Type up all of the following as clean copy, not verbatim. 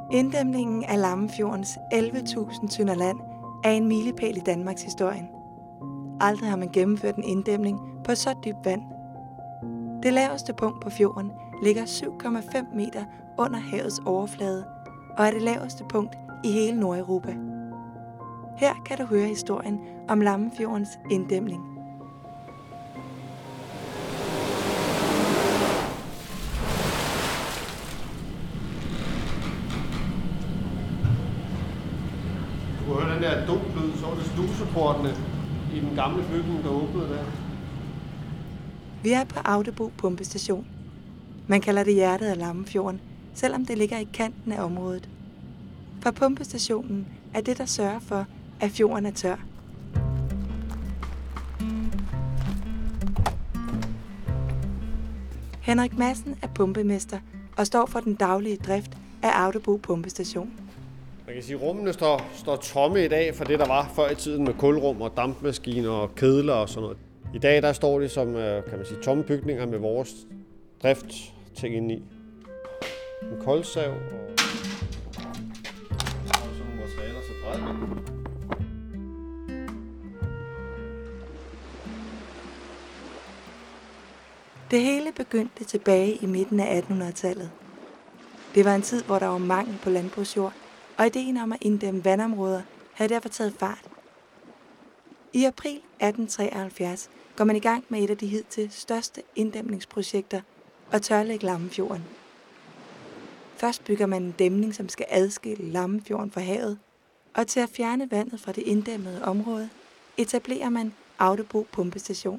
Inddæmningen af Lammefjordens 11.000 tønder land er en milepæl i Danmarks historie. Aldrig har man gennemført en inddæmning på så dybt vand. Det laveste punkt på fjorden ligger 7,5 meter under havets overflade og er det laveste punkt i hele Nordeuropa. Her kan du høre historien om Lammefjordens inddæmning. Du kunne høre den der dunklyd, så var det sluseportene i den gamle bygning, der åbnede der. Vi er på Audebo pumpestation. Man kalder det hjertet af Lammefjorden, selvom det ligger i kanten af området. For pumpestationen er det, der sørger for, at fjorden er tør. Henrik Madsen er pumpemester og står for den daglige drift af Audebo pumpestation. Man kan sige, at rummene står tomme i dag for det, der var før i tiden med kulrum og dampmaskiner og kedler og sådan noget. I dag der står de som kan man sige, tomme bygninger med vores driftting inde i. En koldsav og sådan nogle materialer til brædning. Det hele begyndte tilbage i midten af 1800-tallet. Det var en tid, hvor der var mangel på landbrugsjord, og ideen om at inddæmme vandområder havde derfor taget fart. I april 1873 går man i gang med et af de hidtil største inddæmningsprojekter og tørlægge Lammefjorden. Først bygger man en dæmning, som skal adskille Lammefjorden fra havet, og til at fjerne vandet fra det inddæmmede område, etablerer man Audebo pumpestation.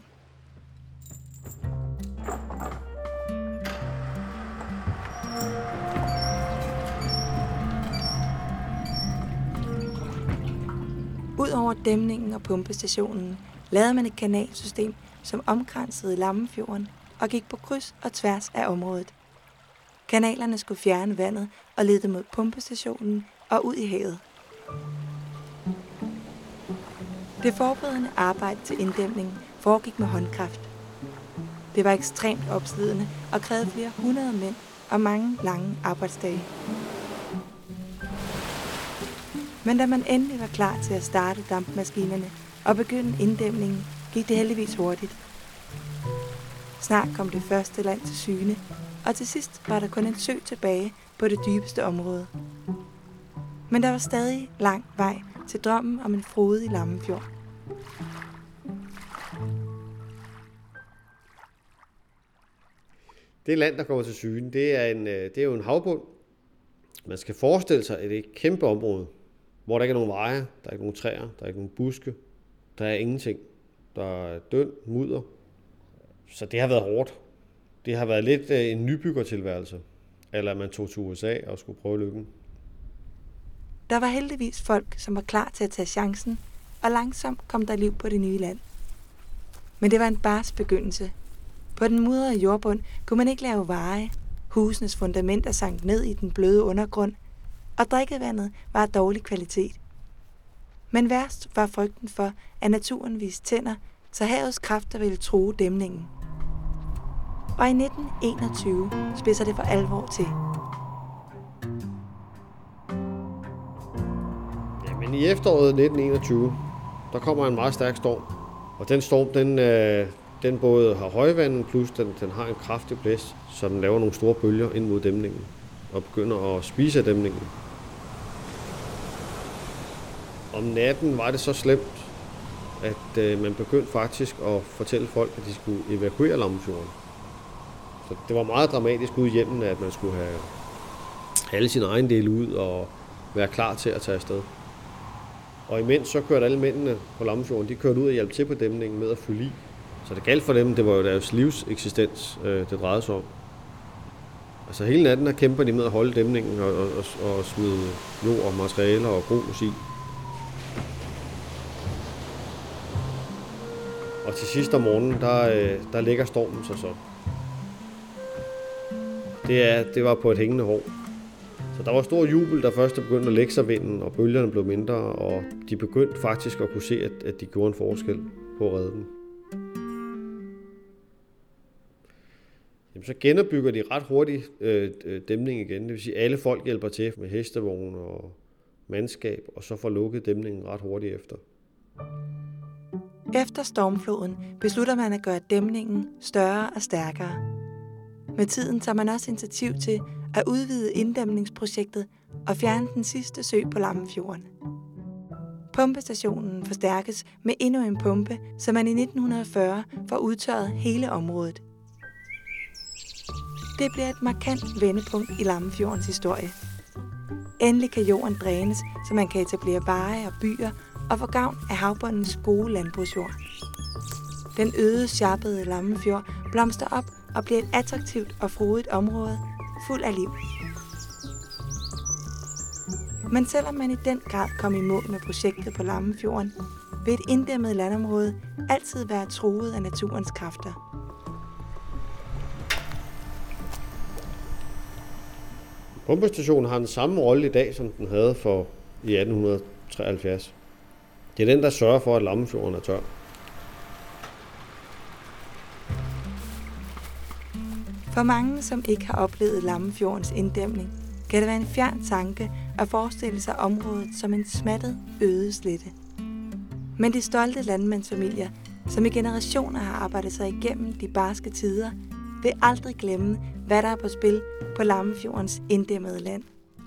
Udover dæmningen og pumpestationen lavede man et kanalsystem, som omkransede Lammefjorden og gik på kryds og tværs af området. Kanalerne skulle fjerne vandet og lede det mod pumpestationen og ud i havet. Det forberedende arbejde til inddæmningen foregik med håndkraft. Det var ekstremt opslidende og krævede flere 100 mænd og mange lange arbejdsdage. Men da man endelig var klar til at starte dampmaskinerne og begynde inddæmningen, gik det heldigvis hurtigt. Snart kom det første land til syne, og til sidst var der kun en sø tilbage på det dybeste område. Men der var stadig lang vej til drømmen om en frodig Lammefjord. Det land, der kommer til syne, det er jo en havbund. Man skal forestille sig, at det er et kæmpe område, hvor der ikke er nogen veje, der er ikke nogen træer, der er ikke nogen buske, der er ingenting. Der er død, mudder. Så det har været hårdt. Det har været lidt en nybyggertilværelse, eller man tog til USA og skulle prøve lykken. Der var heldigvis folk, som var klar til at tage chancen, og langsomt kom der liv på det nye land. Men det var en barsk begyndelse. På den mudrede jordbund kunne man ikke lave veje. Husenes fundamenter sank ned i den bløde undergrund, og drikkevandet var af dårlig kvalitet. Men værst var frygten for, at naturen viste tænder, så havets kræfter ville true dæmningen. Og i 1921 spidser det for alvor til. Jamen i efteråret 1921, der kommer en meget stærk storm. Og den storm, den både har højvand, plus den har en kraftig blæs, så den laver nogle store bølger ind mod dæmningen og begynder at spise af dæmningen. Om natten var det så slemt, at man begyndte faktisk at fortælle folk, at de skulle evakuere Lammefjorden. Så det var meget dramatisk ude i hjemmen, at man skulle have alle sine ejendele ud og være klar til at tage afsted. Og imens så kørte alle mændene på Lammefjorden, de kørte ud og hjalp til på dæmningen med at fylde i. Så det galt for dem, det var jo deres livseksistens, det drejede sig om. Altså hele natten der kæmper de med at holde dæmningen og smide jord og materialer og grus i. Og til sidst om morgenen, der ligger stormen sig så. Det var på et hængende hår. Så der var stor jubel, der først begyndte at lægge sig vinden, og bølgerne blev mindre, og de begyndte faktisk at kunne se, at de gjorde en forskel på at redde den. Jamen, så genopbygger de ret hurtigt dæmningen igen. Det vil sige, at alle folk hjælper til med hestevogne og mandskab, og så får lukket dæmningen ret hurtigt efter. Efter stormfloden beslutter man at gøre dæmningen større og stærkere. Med tiden tager man også initiativ til at udvide inddæmningsprojektet og fjerne den sidste sø på Lammefjorden. Pumpestationen forstærkes med endnu en pumpe, så man i 1940 får udtørret hele området. Det bliver et markant vendepunkt i Lammefjordens historie. Endelig kan jorden drænes, så man kan etablere veje og byer og få gavn af havbundens gode landbrugsjord. Den øde, sjappede Lammefjord blomster op og bliver et attraktivt og frodigt område fuld af liv. Men selvom man i den grad kom i mål med projektet på Lammefjorden, vil et inddæmmet landområde altid være truet af naturens kræfter. Pumpestationen har den samme rolle i dag, som den havde i 1873. Det er den, der sørger for, at Lammefjorden er tør. For mange, som ikke har oplevet Lammefjordens inddæmning, kan det være en fjern tanke at forestille sig området som en smattet, øde slette. Men de stolte landmandsfamilier, som i generationer har arbejdet sig igennem de barske tider, vil aldrig glemme, hvad der er på spil på Lammefjordens inddæmmede land.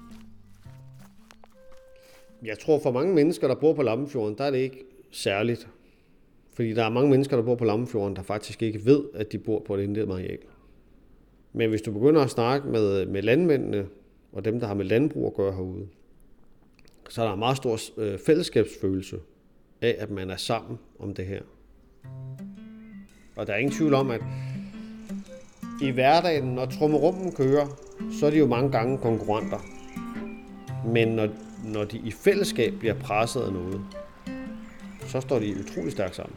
Jeg tror, for mange mennesker, der bor på Lammefjorden, der er det ikke særligt. Fordi der er mange mennesker, der bor på Lammefjorden, der faktisk ikke ved, at de bor på et inddæmmet areal. Men hvis du begynder at snakke med landmændene, og dem, der har med landbrug at gøre herude, så er der en meget stor fællesskabsfølelse af, at man er sammen om det her. Og der er ingen tvivl om, at i hverdagen, når trommerummen kører, så er de jo mange gange konkurrenter. Men når de i fællesskab bliver presset af noget, så står de utrolig stærkt sammen.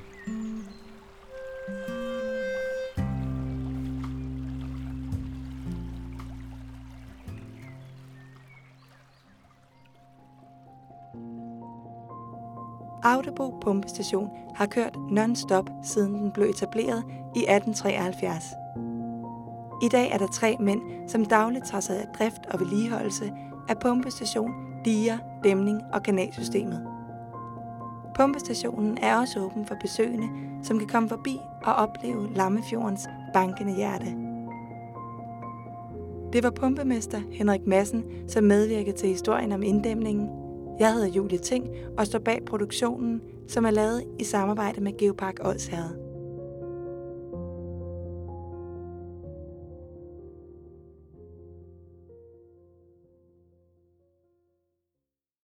Audebo Pumpestation har kørt non-stop siden den blev etableret i 1873. I dag er der 3 mænd, som dagligt tager sig af drift og vedligeholdelse af pumpestation, diger, dæmning og kanalsystemet. Pumpestationen er også åben for besøgende, som kan komme forbi og opleve Lammefjordens bankende hjerte. Det var pumpemester Henrik Madsen, som medvirkede til historien om inddæmningen. Jeg hedder Julie Ting og står bag produktionen, som er lavet i samarbejde med Geopark Odsherred.